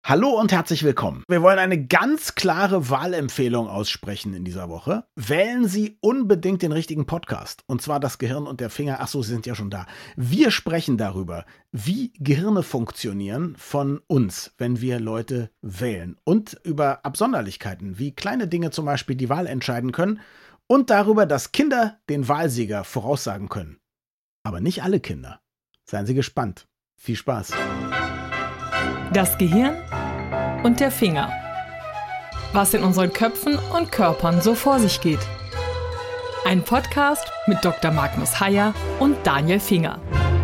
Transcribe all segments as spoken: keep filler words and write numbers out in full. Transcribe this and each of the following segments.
Hallo und herzlich willkommen. Wir wollen eine ganz klare Wahlempfehlung aussprechen in dieser Woche. Wählen Sie unbedingt den richtigen Podcast. Und zwar das Gehirn und der Finger. Ach so, Sie sind ja schon da. Wir sprechen darüber, wie Gehirne funktionieren von uns, wenn wir Leute wählen. Und über Absonderlichkeiten, wie kleine Dinge zum Beispiel die Wahl entscheiden können. Und darüber, dass Kinder den Wahlsieger voraussagen können. Aber nicht alle Kinder. Seien Sie gespannt. Viel Spaß. Das Gehirn und der Finger. Was in unseren Köpfen und Körpern so vor sich geht. Ein Podcast mit Doktor Magnus Heyer und Daniel Finger.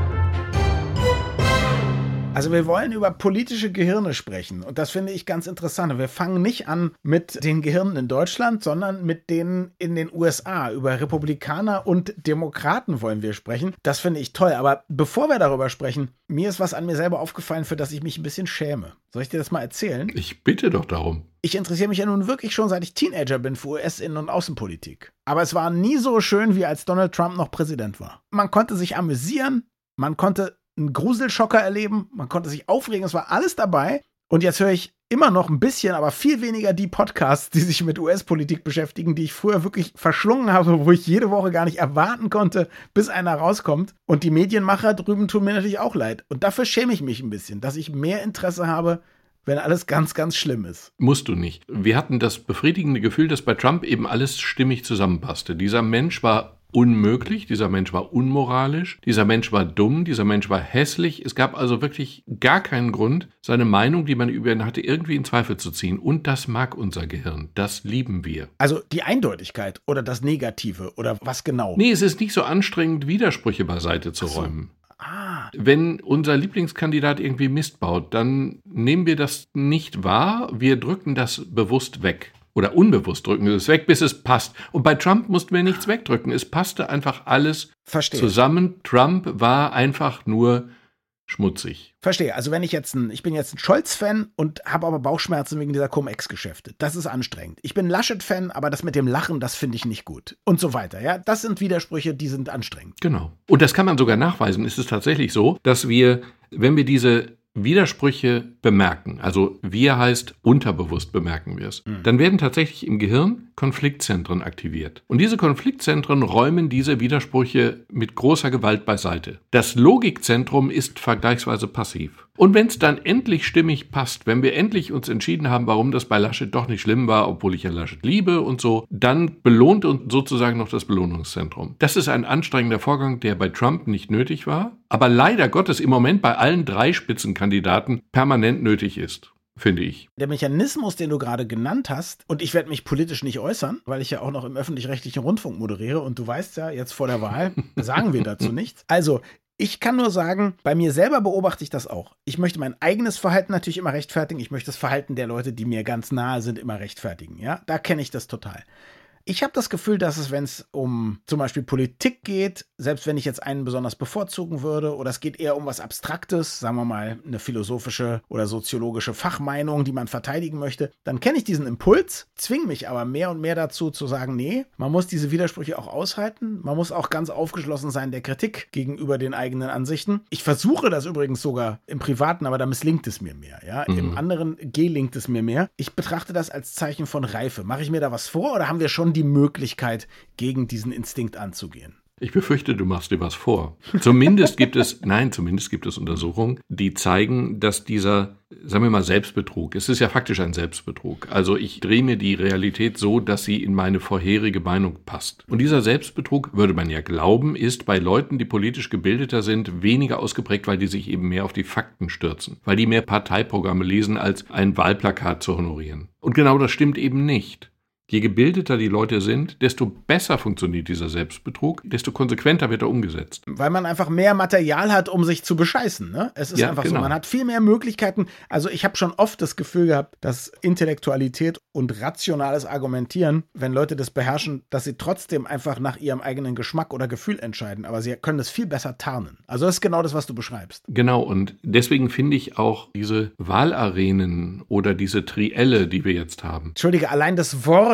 Also wir wollen über politische Gehirne sprechen und das finde ich ganz interessant. Wir fangen nicht an mit den Gehirnen in Deutschland, sondern mit denen in den U S A. Über Republikaner und Demokraten wollen wir sprechen. Das finde ich toll. Aber bevor wir darüber sprechen, mir ist was an mir selber aufgefallen, für das ich mich ein bisschen schäme. Soll ich dir das mal erzählen? Ich bitte doch darum. Ich interessiere mich ja nun wirklich schon, seit ich Teenager bin, für U S-Innen- und Außenpolitik. Aber es war nie so schön, wie als Donald Trump noch Präsident war. Man konnte sich amüsieren, man konnte einen Gruselschocker erleben, man konnte sich aufregen, es war alles dabei. Und jetzt höre ich immer noch ein bisschen, aber viel weniger die Podcasts, die sich mit U S-Politik beschäftigen, die ich früher wirklich verschlungen habe, wo ich jede Woche gar nicht erwarten konnte, bis einer rauskommt. Und die Medienmacher drüben tun mir natürlich auch leid. Und dafür schäme ich mich ein bisschen, dass ich mehr Interesse habe, wenn alles ganz, ganz schlimm ist. Musst du nicht. Wir hatten das befriedigende Gefühl, dass bei Trump eben alles stimmig zusammenpasste. Dieser Mensch war unmöglich, dieser Mensch war unmoralisch, dieser Mensch war dumm, dieser Mensch war hässlich. Es gab also wirklich gar keinen Grund, seine Meinung, die man über ihn hatte, irgendwie in Zweifel zu ziehen. Und das mag unser Gehirn. Das lieben wir. Also die Eindeutigkeit oder das Negative oder was genau? Nee, es ist nicht so anstrengend, Widersprüche beiseite zu so. räumen. Ah. Wenn unser Lieblingskandidat irgendwie Mist baut, dann nehmen wir das nicht wahr, wir drücken das bewusst weg. Oder unbewusst drücken wir es weg, bis es passt. Und bei Trump mussten wir nichts wegdrücken. Es passte einfach alles Verstehe. zusammen. Trump war einfach nur schmutzig. Verstehe. Also wenn ich jetzt ein, ich bin jetzt ein Scholz-Fan und habe aber Bauchschmerzen wegen dieser Cum-Ex-Geschäfte. Das ist anstrengend. Ich bin Laschet-Fan, aber das mit dem Lachen, das finde ich nicht gut. Und so weiter. Ja, das sind Widersprüche, die sind anstrengend. Genau. Und das kann man sogar nachweisen. Es ist tatsächlich so, dass wir, wenn wir diese Widersprüche bemerken, also wir heißt unterbewusst bemerken wir es, mhm. dann werden tatsächlich im Gehirn Konfliktzentren aktiviert. Und diese Konfliktzentren räumen diese Widersprüche mit großer Gewalt beiseite. Das Logikzentrum ist vergleichsweise passiv. Und wenn es dann endlich stimmig passt, wenn wir endlich uns entschieden haben, warum das bei Laschet doch nicht schlimm war, obwohl ich ja Laschet liebe und so, dann belohnt uns sozusagen noch das Belohnungszentrum. Das ist ein anstrengender Vorgang, der bei Trump nicht nötig war, aber leider Gottes im Moment bei allen drei Spitzenkandidaten permanent nötig ist, finde ich. Der Mechanismus, den du gerade genannt hast, und ich werde mich politisch nicht äußern, weil ich ja auch noch im öffentlich-rechtlichen Rundfunk moderiere und du weißt ja, jetzt vor der Wahl sagen wir dazu nichts. Also, ich kann nur sagen, bei mir selber beobachte ich das auch. Ich möchte mein eigenes Verhalten natürlich immer rechtfertigen. Ich möchte das Verhalten der Leute, die mir ganz nahe sind, immer rechtfertigen. Ja, da kenne ich das total. Ich habe das Gefühl, dass es, wenn es um zum Beispiel Politik geht, selbst wenn ich jetzt einen besonders bevorzugen würde, oder es geht eher um was Abstraktes, sagen wir mal eine philosophische oder soziologische Fachmeinung, die man verteidigen möchte, dann kenne ich diesen Impuls, zwinge mich aber mehr und mehr dazu zu sagen, nee, man muss diese Widersprüche auch aushalten, man muss auch ganz aufgeschlossen sein der Kritik gegenüber den eigenen Ansichten. Ich versuche das übrigens sogar im Privaten, aber da misslingt es mir mehr. Ja? Mhm. Im anderen gelingt es mir mehr. Ich betrachte das als Zeichen von Reife. Mache ich mir da was vor oder haben wir schon die Möglichkeit, gegen diesen Instinkt anzugehen? Ich befürchte, du machst dir was vor. Zumindest gibt es, nein, zumindest gibt es Untersuchungen, die zeigen, dass dieser, sagen wir mal, Selbstbetrug, es ist ja faktisch ein Selbstbetrug. Also ich drehe mir die Realität so, dass sie in meine vorherige Meinung passt. Und dieser Selbstbetrug, würde man ja glauben, ist bei Leuten, die politisch gebildeter sind, weniger ausgeprägt, weil die sich eben mehr auf die Fakten stürzen. Weil die mehr Parteiprogramme lesen, als ein Wahlplakat zu honorieren. Und genau das stimmt eben nicht. Je gebildeter die Leute sind, desto besser funktioniert dieser Selbstbetrug, desto konsequenter wird er umgesetzt. Weil man einfach mehr Material hat, um sich zu bescheißen. Ne? Es ist ja, einfach genau. so, man hat viel mehr Möglichkeiten. Also ich habe schon oft das Gefühl gehabt, dass Intellektualität und rationales Argumentieren, wenn Leute das beherrschen, dass sie trotzdem einfach nach ihrem eigenen Geschmack oder Gefühl entscheiden. Aber sie können das viel besser tarnen. Also das ist genau das, was du beschreibst. Genau, und deswegen finde ich auch diese Wahlarenen oder diese Trielle, die wir jetzt haben. Entschuldige, allein das Wort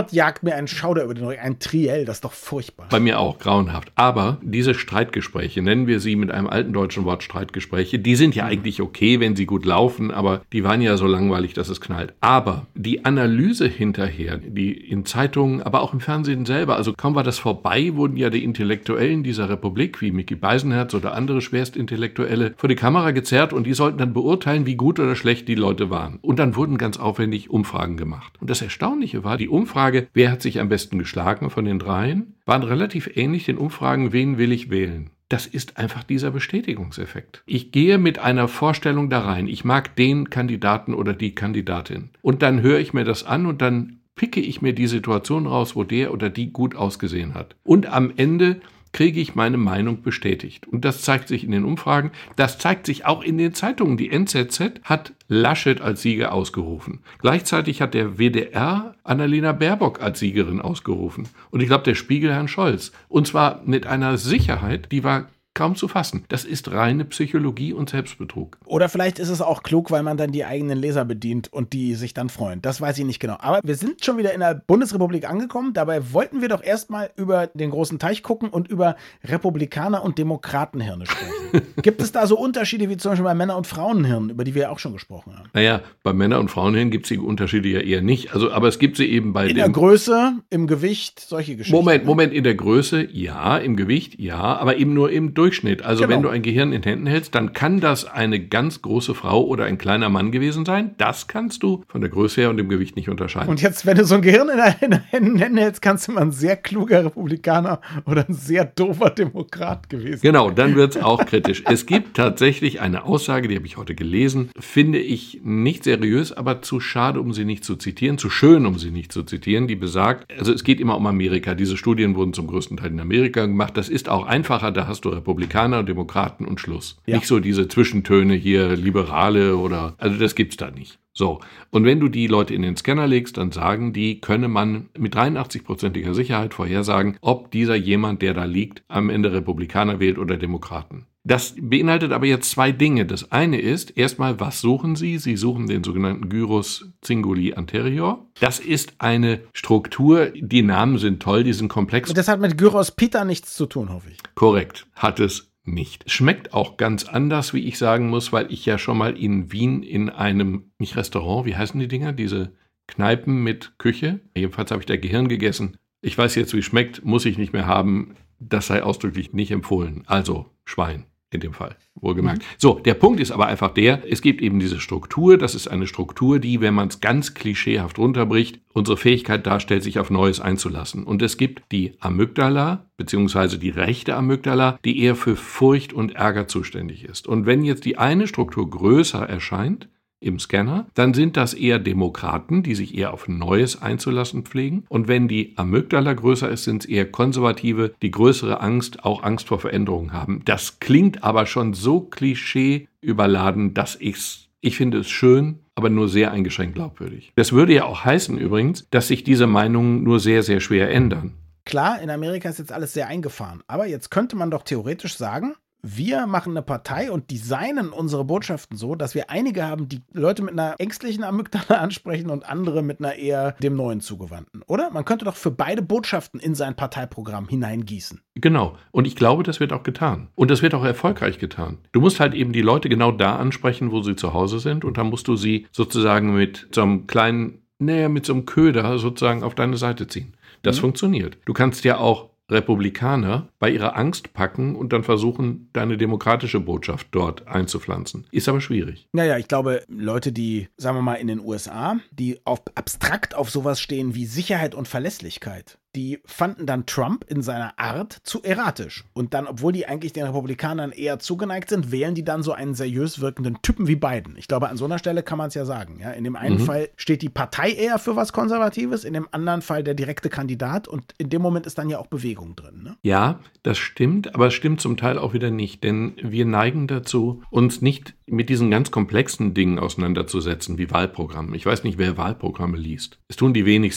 Wort jagt mir ein Schauder über den Rücken. Ein Triell, das ist doch furchtbar. Bei mir auch, grauenhaft. Aber diese Streitgespräche, nennen wir sie mit einem alten deutschen Wort Streitgespräche, die sind ja eigentlich okay, wenn sie gut laufen, aber die waren ja so langweilig, dass es knallt. Aber die Analyse hinterher, die in Zeitungen, aber auch im Fernsehen selber, also kaum war das vorbei, wurden ja die Intellektuellen dieser Republik, wie Micky Beisenherz oder andere Schwerstintellektuelle, vor die Kamera gezerrt und die sollten dann beurteilen, wie gut oder schlecht die Leute waren. Und dann wurden ganz aufwendig Umfragen gemacht. Und das Erstaunliche war, die Umfrage, wer hat sich am besten geschlagen von den dreien, waren relativ ähnlich den Umfragen, wen will ich wählen. Das ist einfach dieser Bestätigungseffekt. Ich gehe mit einer Vorstellung da rein. Ich mag den Kandidaten oder die Kandidatin. Und dann höre ich mir das an und dann picke ich mir die Situation raus, wo der oder die gut ausgesehen hat. Und am Ende kriege ich meine Meinung bestätigt. Und das zeigt sich in den Umfragen, das zeigt sich auch in den Zeitungen. Die N Z Z hat Laschet als Sieger ausgerufen. Gleichzeitig hat der W D R Annalena Baerbock als Siegerin ausgerufen. Und ich glaube, der Spiegel Herrn Scholz. Und zwar mit einer Sicherheit, die war kaum zu fassen. Das ist reine Psychologie und Selbstbetrug. Oder vielleicht ist es auch klug, weil man dann die eigenen Leser bedient und die sich dann freuen. Das weiß ich nicht genau. Aber wir sind schon wieder in der Bundesrepublik angekommen. Dabei wollten wir doch erstmal über den großen Teich gucken und über Republikaner- und Demokratenhirne sprechen. Gibt es da so Unterschiede wie zum Beispiel bei Männer- und Frauenhirnen, über die wir auch schon gesprochen haben? Naja, bei Männer- und Frauenhirnen gibt es die Unterschiede ja eher nicht. Also, aber es gibt sie eben bei In dem... der Größe, im Gewicht, solche Geschichten. Moment, Moment, in der Größe, ja, im Gewicht, ja, aber eben nur im Durchschnitt. Also genau. Wenn du ein Gehirn in Händen hältst, dann kann das eine ganz große Frau oder ein kleiner Mann gewesen sein. Das kannst du von der Größe her und dem Gewicht nicht unterscheiden. Und jetzt, wenn du so ein Gehirn in den Händen hältst, kannst du mal ein sehr kluger Republikaner oder ein sehr doofer Demokrat gewesen sein. Genau, dann wird es auch kritisch. Es gibt tatsächlich eine Aussage, die habe ich heute gelesen, finde ich nicht seriös, aber zu schade, um sie nicht zu zitieren, zu schön, um sie nicht zu zitieren, die besagt, also es geht immer um Amerika. Diese Studien wurden zum größten Teil in Amerika gemacht. Das ist auch einfacher, da hast du Republikaner und Demokraten und Schluss. Ja. Nicht so diese Zwischentöne hier, Liberale oder, also das gibt's da nicht. So, und wenn du die Leute in den Scanner legst, dann sagen die, könne man mit dreiundachtzig-prozentiger Sicherheit vorhersagen, ob dieser jemand, der da liegt, am Ende Republikaner wählt oder Demokraten. Das beinhaltet aber jetzt zwei Dinge. Das eine ist, erstmal, was suchen Sie? Sie suchen den sogenannten Gyrus Cinguli anterior. Das ist eine Struktur, die Namen sind toll, die sind komplex. Und das hat mit Gyros Pita nichts zu tun, hoffe ich. Korrekt, hat es nicht. Schmeckt auch ganz anders, wie ich sagen muss, weil ich ja schon mal in Wien in einem, nicht Restaurant, wie heißen die Dinger? Diese Kneipen mit Küche. Jedenfalls habe ich da Gehirn gegessen. Ich weiß jetzt, wie es schmeckt, muss ich nicht mehr haben. Das sei ausdrücklich nicht empfohlen. Also Schwein. In dem Fall, wohlgemerkt. Mhm. So, der Punkt ist aber einfach der, es gibt eben diese Struktur, das ist eine Struktur, die, wenn man es ganz klischeehaft runterbricht, unsere Fähigkeit darstellt, sich auf Neues einzulassen. Und es gibt die Amygdala, beziehungsweise die rechte Amygdala, die eher für Furcht und Ärger zuständig ist. Und wenn jetzt die eine Struktur größer erscheint, im Scanner, dann sind das eher Demokraten, die sich eher auf Neues einzulassen pflegen. Und wenn die Amygdala größer ist, sind es eher Konservative, die größere Angst, auch Angst vor Veränderungen haben. Das klingt aber schon so klischee-überladen, dass ich's, ich finde es schön, aber nur sehr eingeschränkt glaubwürdig. Das würde ja auch heißen übrigens, dass sich diese Meinungen nur sehr, sehr schwer ändern. Klar, in Amerika ist jetzt alles sehr eingefahren. Aber jetzt könnte man doch theoretisch sagen, wir machen eine Partei und designen unsere Botschaften so, dass wir einige haben, die Leute mit einer ängstlichen Amygdala ansprechen und andere mit einer eher dem Neuen zugewandten, oder? Man könnte doch für beide Botschaften in sein Parteiprogramm hineingießen. Genau. Und ich glaube, das wird auch getan. Und das wird auch erfolgreich getan. Du musst halt eben die Leute genau da ansprechen, wo sie zu Hause sind. Und dann musst du sie sozusagen mit so einem kleinen, naja, mit so einem Köder sozusagen auf deine Seite ziehen. Das mhm. funktioniert. Du kannst ja auch Republikaner bei ihrer Angst packen und dann versuchen, deine demokratische Botschaft dort einzupflanzen. Ist aber schwierig. Naja, ich glaube, Leute, die, sagen wir mal, in den U S A, die auf, abstrakt auf sowas stehen wie Sicherheit und Verlässlichkeit, die fanden dann Trump in seiner Art zu erratisch. Und dann, obwohl die eigentlich den Republikanern eher zugeneigt sind, wählen die dann so einen seriös wirkenden Typen wie Biden. Ich glaube, an so einer Stelle kann man es ja sagen. Ja? In dem einen mhm. Fall steht die Partei eher für was Konservatives, in dem anderen Fall der direkte Kandidat. Und in dem Moment ist dann ja auch Bewegung drin. Ne? Ja, das stimmt, aber es stimmt zum Teil auch wieder nicht. Denn wir neigen dazu, uns nicht mit diesen ganz komplexen Dingen auseinanderzusetzen, wie Wahlprogramme. Ich weiß nicht, wer Wahlprogramme liest. Es tun die wenigsten.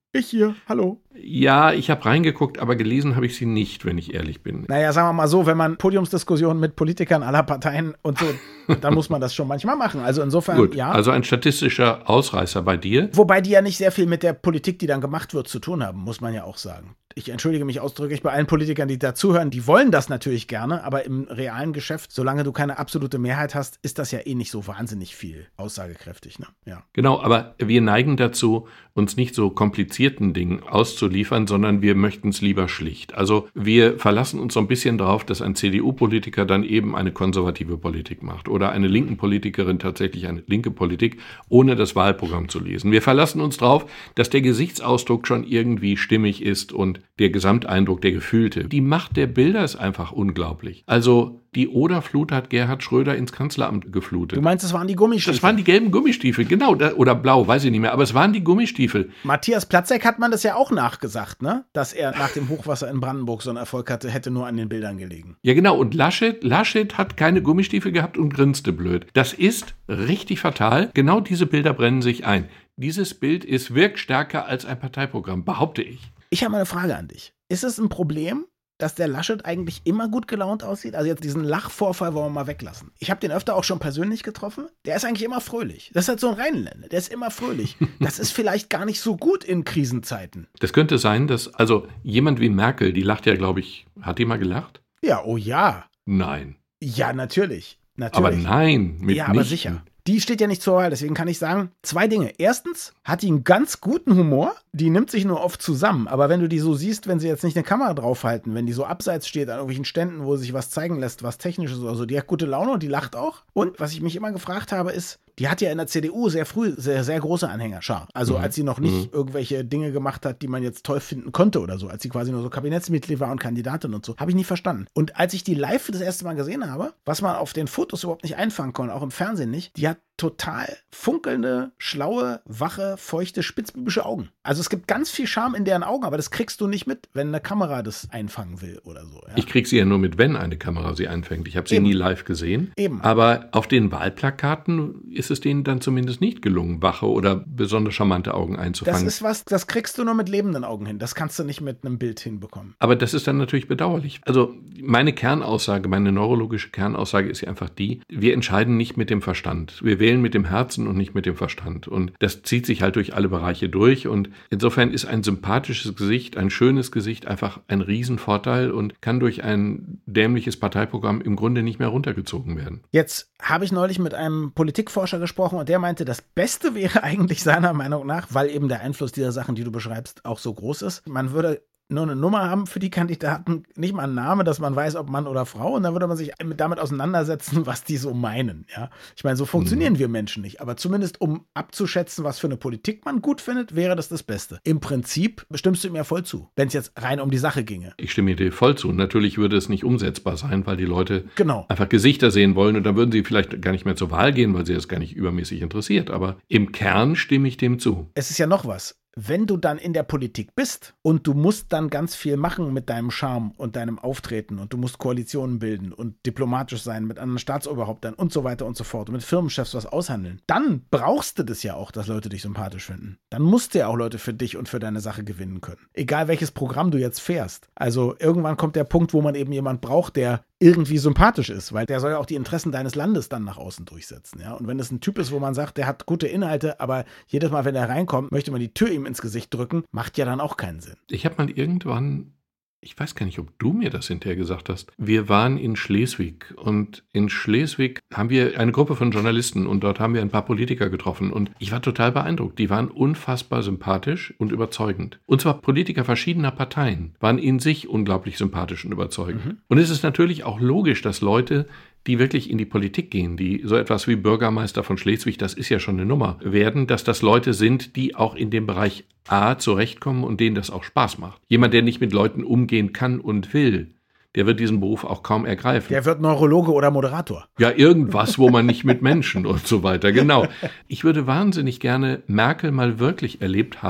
Ich hier, hallo. Ja, ich habe reingeguckt, aber gelesen habe ich sie nicht, wenn ich ehrlich bin. Naja, sagen wir mal so, wenn man Podiumsdiskussionen mit Politikern aller Parteien und so, dann muss man das schon manchmal machen. Also insofern, Gut, ja. Also ein statistischer Ausreißer bei dir. Wobei die ja nicht sehr viel mit der Politik, die dann gemacht wird, zu tun haben, muss man ja auch sagen. Ich entschuldige mich ausdrücklich bei allen Politikern, die dazuhören, die wollen das natürlich gerne, aber im realen Geschäft, solange du keine absolute Mehrheit hast, ist das ja eh nicht so wahnsinnig viel aussagekräftig. Ne? Ja. Genau, aber wir neigen dazu, uns nicht so komplizierten Dingen auszuliefern, sondern wir möchten es lieber schlicht. Also wir verlassen uns so ein bisschen darauf, dass ein C D U-Politiker dann eben eine konservative Politik macht oder eine linken Politikerin tatsächlich eine linke Politik, ohne das Wahlprogramm zu lesen. Wir verlassen uns darauf, dass der Gesichtsausdruck schon irgendwie stimmig ist und der Gesamteindruck, der Gefühlte. Die Macht der Bilder ist einfach unglaublich. Also die Oderflut hat Gerhard Schröder ins Kanzleramt geflutet. Du meinst, es waren die Gummistiefel? Das waren die gelben Gummistiefel, genau. Oder blau, weiß ich nicht mehr. Aber es waren die Gummistiefel. Matthias Platzek hat man das ja auch nachgesagt, ne? Dass er nach dem Hochwasser in Brandenburg so einen Erfolg hatte, hätte nur an den Bildern gelegen. Ja, genau. Und Laschet, Laschet hat keine Gummistiefel gehabt und grinste blöd. Das ist richtig fatal. Genau diese Bilder brennen sich ein. Dieses Bild ist wirkstärker als ein Parteiprogramm, behaupte ich. Ich habe mal eine Frage an dich. Ist es ein Problem, dass der Laschet eigentlich immer gut gelaunt aussieht? Also jetzt diesen Lachvorfall wollen wir mal weglassen. Ich habe den öfter auch schon persönlich getroffen. Der ist eigentlich immer fröhlich. Das ist halt so ein Rheinländer. Der ist immer fröhlich. Das ist vielleicht gar nicht so gut in Krisenzeiten. Das könnte sein, dass, also jemand wie Merkel, die lacht ja, glaube ich, hat die mal gelacht? Ja, oh ja. Nein. Ja, natürlich. natürlich. Aber nein, mit Ja, aber nichten. sicher. Die steht ja nicht zur Wahl, deswegen kann ich sagen, zwei Dinge. Erstens hat die einen ganz guten Humor, die nimmt sich nur oft zusammen, aber wenn du die so siehst, wenn sie jetzt nicht eine Kamera draufhalten, wenn die so abseits steht an irgendwelchen Ständen, wo sich was zeigen lässt, was Technisches oder so, die hat gute Laune und die lacht auch. Und was ich mich immer gefragt habe, ist, die hat ja in der C D U sehr früh sehr, sehr große Anhängerschar. Also Mhm. als sie noch nicht Mhm. irgendwelche Dinge gemacht hat, die man jetzt toll finden konnte oder so, als sie quasi nur so Kabinettsmitglied war und Kandidatin und so, habe ich nie verstanden. Und als ich die live das erste Mal gesehen habe, was man auf den Fotos überhaupt nicht einfangen konnte, auch im Fernsehen nicht, die hat total funkelnde, schlaue, wache, feuchte, spitzbübische Augen. Also es gibt ganz viel Charme in deren Augen, aber das kriegst du nicht mit, wenn eine Kamera das einfangen will oder so. Ja? Ich kriege sie ja nur mit, wenn eine Kamera sie einfängt. Ich habe sie Eben. nie live gesehen. Eben. Aber auf den Wahlplakaten ist es denen dann zumindest nicht gelungen, wache oder besonders charmante Augen Das einzufangen. ist was, das kriegst du nur mit lebenden Augen hin. Das kannst du nicht mit einem Bild hinbekommen. Aber das ist dann natürlich bedauerlich. Also meine Kernaussage, meine neurologische Kernaussage ist ja einfach die, wir entscheiden nicht mit dem Verstand. Wir wählen mit dem Herzen und nicht mit dem Verstand. Und das zieht sich halt durch alle Bereiche durch. Und insofern ist ein sympathisches Gesicht, ein schönes Gesicht einfach ein Riesenvorteil und kann durch ein dämliches Parteiprogramm im Grunde nicht mehr runtergezogen werden. Jetzt habe ich neulich mit einem Politikforscher gesprochen und der meinte, das Beste wäre eigentlich seiner Meinung nach, weil eben der Einfluss dieser Sachen, die du beschreibst, auch so groß ist, man würde nur eine Nummer haben für die Kandidaten, nicht mal einen Namen, dass man weiß, ob Mann oder Frau, und dann würde man sich damit auseinandersetzen, was die so meinen. Ja? Ich meine, so funktionieren mhm. wir Menschen nicht, aber zumindest um abzuschätzen, was für eine Politik man gut findet, wäre das das Beste. Im Prinzip stimmst du mir voll zu, wenn es jetzt rein um die Sache ginge. Ich stimme dir voll zu. Natürlich würde es nicht umsetzbar sein, weil die Leute genau. einfach Gesichter sehen wollen und dann würden sie vielleicht gar nicht mehr zur Wahl gehen, weil sie das gar nicht übermäßig interessiert. Aber im Kern stimme ich dem zu. Es ist ja noch was. Wenn du dann in der Politik bist und du musst dann ganz viel machen mit deinem Charme und deinem Auftreten und du musst Koalitionen bilden und diplomatisch sein mit anderen Staatsoberhäuptern und so weiter und so fort und mit Firmenchefs was aushandeln, dann brauchst du das ja auch, dass Leute dich sympathisch finden. Dann musst du ja auch Leute für dich und für deine Sache gewinnen können. Egal welches Programm du jetzt fährst. Also irgendwann kommt der Punkt, wo man eben jemand braucht, der irgendwie sympathisch ist, weil der soll ja auch die Interessen deines Landes dann nach außen durchsetzen. Ja? Und wenn es ein Typ ist, wo man sagt, der hat gute Inhalte, aber jedes Mal, wenn er reinkommt, möchte man die Tür ihm ins Gesicht drücken, macht ja dann auch keinen Sinn. Ich habe mal irgendwann, ich weiß gar nicht, ob du mir das hinterher gesagt hast, wir waren in Schleswig und in Schleswig haben wir eine Gruppe von Journalisten und dort haben wir ein paar Politiker getroffen und ich war total beeindruckt. Die waren unfassbar sympathisch und überzeugend. Und zwar Politiker verschiedener Parteien waren in sich unglaublich sympathisch und überzeugend. Mhm. Und es ist natürlich auch logisch, dass Leute, die wirklich in die Politik gehen, die so etwas wie Bürgermeister von Schleswig, das ist ja schon eine Nummer, werden, dass das Leute sind, die auch in dem Bereich A zurechtkommen und denen das auch Spaß macht. Jemand, der nicht mit Leuten umgehen kann und will, der wird diesen Beruf auch kaum ergreifen. Der wird Neurologe oder Moderator. Ja, irgendwas, wo man nicht mit Menschen und so weiter, genau. Ich würde wahnsinnig gerne Merkel mal wirklich erlebt haben,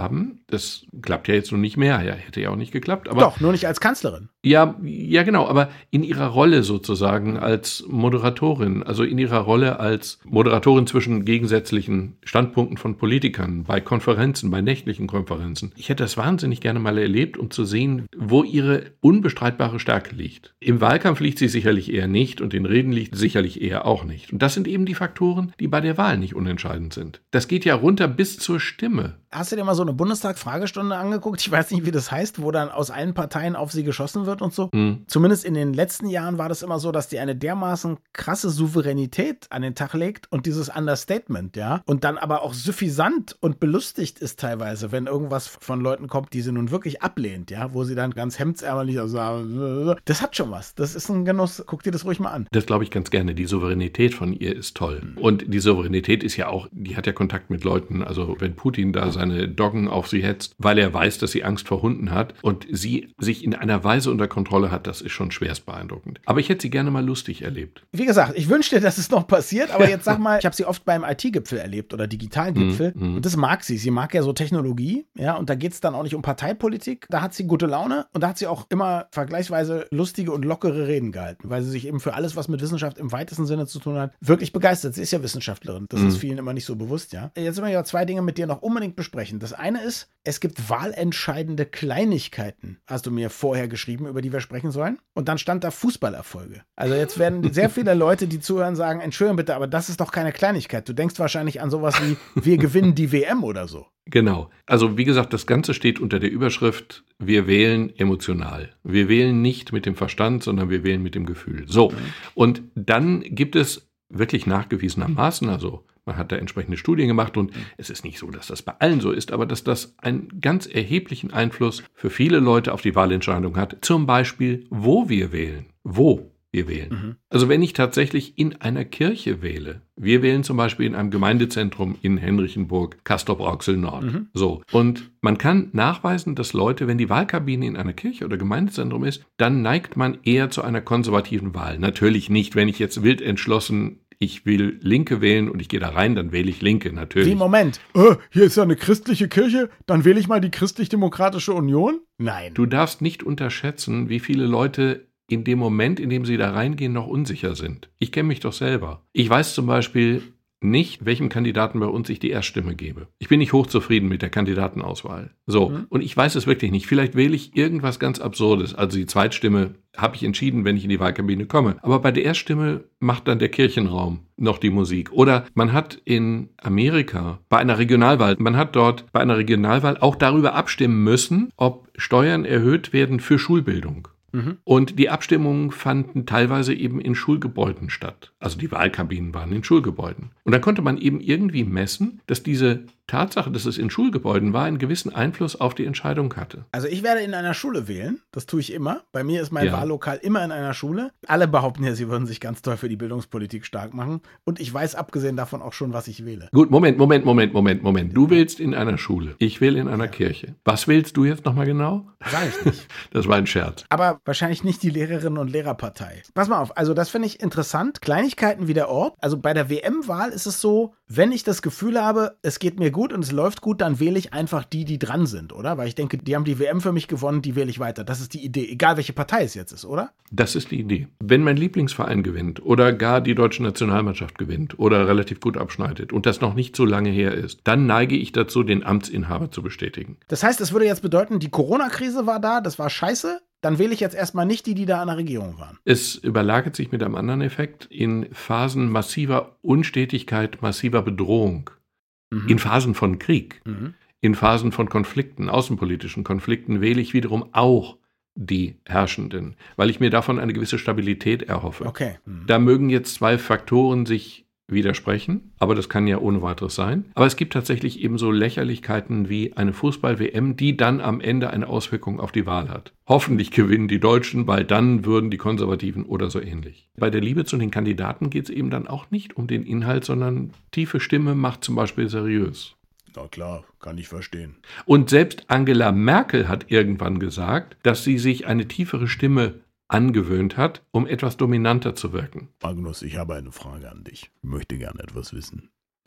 Das klappt ja jetzt nun nicht mehr. Ja, hätte ja auch nicht geklappt. Aber Doch, nur nicht als Kanzlerin. Ja, ja, genau. Aber in ihrer Rolle sozusagen als Moderatorin, also in ihrer Rolle als Moderatorin zwischen gegensätzlichen Standpunkten von Politikern, bei Konferenzen, bei nächtlichen Konferenzen. Ich hätte das wahnsinnig gerne mal erlebt, um zu sehen, wo ihre unbestreitbare Stärke liegt. Im Wahlkampf liegt sie sicherlich eher nicht und in Reden liegt sie sicherlich eher auch nicht. Und das sind eben die Faktoren, die bei der Wahl nicht unentscheidend sind. Das geht ja runter bis zur Stimme. Hast du dir mal so eine Bundestag-Fragestunde angeguckt? Ich weiß nicht, wie das heißt, wo dann aus allen Parteien auf sie geschossen wird und so. Mhm. Zumindest in den letzten Jahren war das immer so, dass die eine dermaßen krasse Souveränität an den Tag legt und dieses Understatement, ja. Und dann aber auch suffisant und belustigt ist teilweise, wenn irgendwas von Leuten kommt, die sie nun wirklich ablehnt, ja. Wo sie dann ganz hemdsärmelig sagen, das hat schon was. Das ist ein Genuss. Guck dir das ruhig mal an. Das glaube ich ganz gerne. Die Souveränität von ihr ist toll. Mhm. Und die Souveränität ist ja auch, die hat ja Kontakt mit Leuten. Also wenn Putin da seine Doggen auf sie hetzt, weil er weiß, dass sie Angst vor Hunden hat und sie sich in einer Weise unter Kontrolle hat, das ist schon schwerst beeindruckend. Aber ich hätte sie gerne mal lustig erlebt. Wie gesagt, ich wünschte, dass es noch passiert, aber jetzt sag mal, ich habe sie oft beim I T-Gipfel erlebt oder Digitalgipfel mm, mm. und das mag sie. Sie mag ja so Technologie, ja, und da geht es dann auch nicht um Parteipolitik. Da hat sie gute Laune und da hat sie auch immer vergleichsweise lustige und lockere Reden gehalten, weil sie sich eben für alles, was mit Wissenschaft im weitesten Sinne zu tun hat, wirklich begeistert. Sie ist ja Wissenschaftlerin. Das mm. ist vielen immer nicht so bewusst, ja. Jetzt will ich ja zwei Dinge mit dir noch unbedingt besprechen. Das eine ist, es gibt wahlentscheidende Kleinigkeiten, hast du mir vorher geschrieben, über die wir sprechen sollen. Und dann stand da Fußballerfolge. Also jetzt werden sehr viele Leute, die zuhören, sagen, Entschuldigung bitte, aber das ist doch keine Kleinigkeit. Du denkst wahrscheinlich an sowas wie, wir gewinnen die W M oder so. Genau. Also wie gesagt, das Ganze steht unter der Überschrift, wir wählen emotional. Wir wählen nicht mit dem Verstand, sondern wir wählen mit dem Gefühl. So, und dann gibt es wirklich nachgewiesenermaßen, also man hat da entsprechende Studien gemacht und es ist nicht so, dass das bei allen so ist, aber dass das einen ganz erheblichen Einfluss für viele Leute auf die Wahlentscheidung hat. Zum Beispiel, wo wir wählen. Wo wir wählen. Mhm. Also wenn ich tatsächlich in einer Kirche wähle, wir wählen zum Beispiel in einem Gemeindezentrum in Henrichenburg, Castrop-Rauxel-Nord. Mhm. So. Und man kann nachweisen, dass Leute, wenn die Wahlkabine in einer Kirche oder Gemeindezentrum ist, dann neigt man eher zu einer konservativen Wahl. Natürlich nicht, wenn ich jetzt wild entschlossen ich will Linke wählen und ich gehe da rein, dann wähle ich Linke, natürlich. Wie, Moment, äh, hier ist ja eine christliche Kirche, dann wähle ich mal die Christlich-Demokratische Union? Nein. Du darfst nicht unterschätzen, wie viele Leute in dem Moment, in dem sie da reingehen, noch unsicher sind. Ich kenne mich doch selber. Ich weiß zum Beispiel nicht, welchem Kandidaten bei uns ich die Erststimme gebe. Ich bin nicht hochzufrieden mit der Kandidatenauswahl. So, mhm. Und ich weiß es wirklich nicht. Vielleicht wähle ich irgendwas ganz Absurdes. Also die Zweitstimme habe ich entschieden, wenn ich in die Wahlkabine komme. Aber bei der Erststimme macht dann der Kirchenraum noch die Musik. Oder man hat in Amerika bei einer Regionalwahl, man hat dort bei einer Regionalwahl auch darüber abstimmen müssen, ob Steuern erhöht werden für Schulbildung. Mhm. Und die Abstimmungen fanden teilweise eben in Schulgebäuden statt. Also die Wahlkabinen waren in Schulgebäuden. Und dann konnte man eben irgendwie messen, dass diese Tatsache, dass es in Schulgebäuden war, einen gewissen Einfluss auf die Entscheidung hatte. Also ich werde in einer Schule wählen. Das tue ich immer. Bei mir ist mein ja. Wahllokal immer in einer Schule. Alle behaupten ja, sie würden sich ganz toll für die Bildungspolitik stark machen. Und ich weiß abgesehen davon auch schon, was ich wähle. Gut, Moment, Moment, Moment, Moment, Moment. Du wählst in einer Schule. Ich wähle in einer ja. Kirche. Was wählst du jetzt nochmal genau? Sag ich nicht. Das war ein Scherz. Aber wahrscheinlich nicht die Lehrerinnen- und Lehrerpartei. Pass mal auf, also das finde ich interessant. Kleinigkeiten wie der Ort. Also bei der W M-Wahl ist es so, wenn ich das Gefühl habe, es geht mir gut und es läuft gut, dann wähle ich einfach die, die dran sind, oder? Weil ich denke, die haben die W M für mich gewonnen, die wähle ich weiter. Das ist die Idee, egal welche Partei es jetzt ist, oder? Das ist die Idee. Wenn mein Lieblingsverein gewinnt oder gar die deutsche Nationalmannschaft gewinnt oder relativ gut abschneidet und das noch nicht so lange her ist, dann neige ich dazu, den Amtsinhaber zu bestätigen. Das heißt, es würde jetzt bedeuten, die Corona-Krise war da, das war scheiße, dann wähle ich jetzt erstmal nicht die, die da an der Regierung waren. Es überlagert sich mit einem anderen Effekt in Phasen massiver Unstetigkeit, massiver Bedrohung. Mhm. In Phasen von Krieg, mhm. in Phasen von Konflikten, außenpolitischen Konflikten wähle ich wiederum auch die Herrschenden, weil ich mir davon eine gewisse Stabilität erhoffe. Okay. Mhm. Da mögen jetzt zwei Faktoren sich widersprechen, aber das kann ja ohne weiteres sein. Aber es gibt tatsächlich eben so Lächerlichkeiten wie eine Fußball-W M, die dann am Ende eine Auswirkung auf die Wahl hat. Hoffentlich gewinnen die Deutschen, weil dann würden die Konservativen oder so ähnlich. Bei der Liebe zu den Kandidaten geht es eben dann auch nicht um den Inhalt, sondern tiefe Stimme macht zum Beispiel seriös. Na klar, kann ich verstehen. Und selbst Angela Merkel hat irgendwann gesagt, dass sie sich eine tiefere Stimme angewöhnt hat, um etwas dominanter zu wirken. Magnus, ich habe eine Frage an dich. Ich möchte gerne etwas wissen.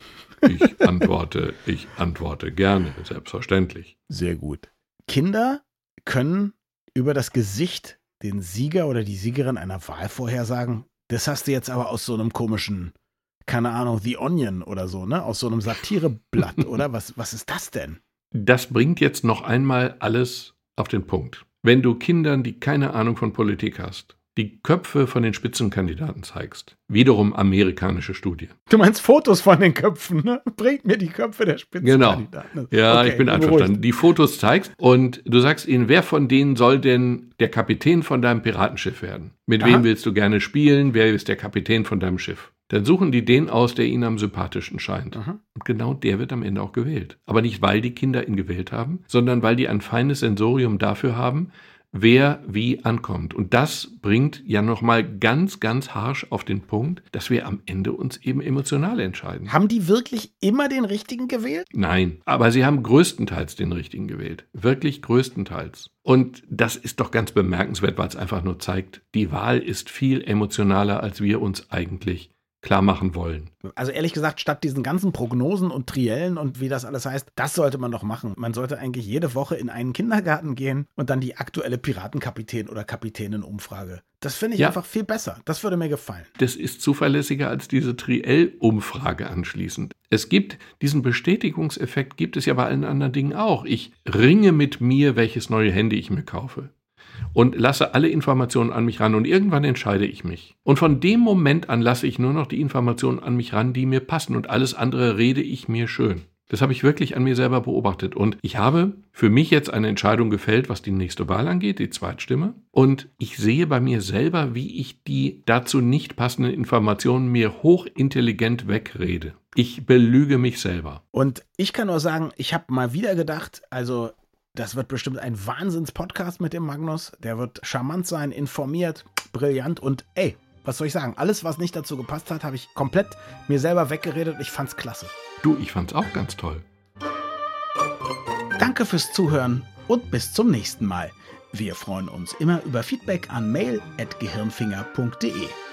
Ich antworte, ich antworte gerne, selbstverständlich. Sehr gut. Kinder können über das Gesicht den Sieger oder die Siegerin einer Wahl vorhersagen. Das hast du jetzt aber aus so einem komischen, keine Ahnung, The Onion oder so, ne? Aus so einem Satireblatt, oder? Was, was ist das denn? Das bringt jetzt noch einmal alles auf den Punkt. Wenn du Kindern, die keine Ahnung von Politik hast, die Köpfe von den Spitzenkandidaten zeigst, wiederum amerikanische Studie. Du meinst Fotos von den Köpfen, ne? Bringt mir die Köpfe der Spitzenkandidaten. Genau. Ja, okay, ich bin einverstanden. Die Fotos zeigst und du sagst ihnen, wer von denen soll denn der Kapitän von deinem Piratenschiff werden? Mit Aha. wem willst du gerne spielen? Wer ist der Kapitän von deinem Schiff? Dann suchen die den aus, der ihnen am sympathischsten scheint. Aha. Und genau der wird am Ende auch gewählt. Aber nicht, weil die Kinder ihn gewählt haben, sondern weil die ein feines Sensorium dafür haben, wer wie ankommt. Und das bringt ja nochmal ganz, ganz harsch auf den Punkt, dass wir am Ende uns eben emotional entscheiden. Haben die wirklich immer den Richtigen gewählt? Nein, aber sie haben größtenteils den Richtigen gewählt. Wirklich größtenteils. Und das ist doch ganz bemerkenswert, weil es einfach nur zeigt, die Wahl ist viel emotionaler, als wir uns eigentlich klar machen wollen. Also ehrlich gesagt, statt diesen ganzen Prognosen und Triellen und wie das alles heißt, das sollte man doch machen. Man sollte eigentlich jede Woche in einen Kindergarten gehen und dann die aktuelle Piratenkapitän- oder Kapitänin-Umfrage. Das finde ich ja. einfach viel besser. Das würde mir gefallen. Das ist zuverlässiger als diese Triell-Umfrage anschließend. Es gibt diesen Bestätigungseffekt, gibt es ja bei allen anderen Dingen auch. Ich ringe mit mir, welches neue Handy ich mir kaufe. Und lasse alle Informationen an mich ran und irgendwann entscheide ich mich. Und von dem Moment an lasse ich nur noch die Informationen an mich ran, die mir passen und alles andere rede ich mir schön. Das habe ich wirklich an mir selber beobachtet und ich habe für mich jetzt eine Entscheidung gefällt, was die nächste Wahl angeht, die Zweitstimme. Und ich sehe bei mir selber, wie ich die dazu nicht passenden Informationen mir hochintelligent wegrede. Ich belüge mich selber. Und ich kann nur sagen, ich habe mal wieder gedacht, also das wird bestimmt ein Wahnsinns-Podcast mit dem Magnus. Der wird charmant sein, informiert, brillant und ey, was soll ich sagen? Alles, was nicht dazu gepasst hat, habe ich komplett mir selber weggeredet. Ich fand's klasse. Du, ich fand's auch ganz toll. Danke fürs Zuhören und bis zum nächsten Mal. Wir freuen uns immer über Feedback an mail at gehirnfinger punkt de.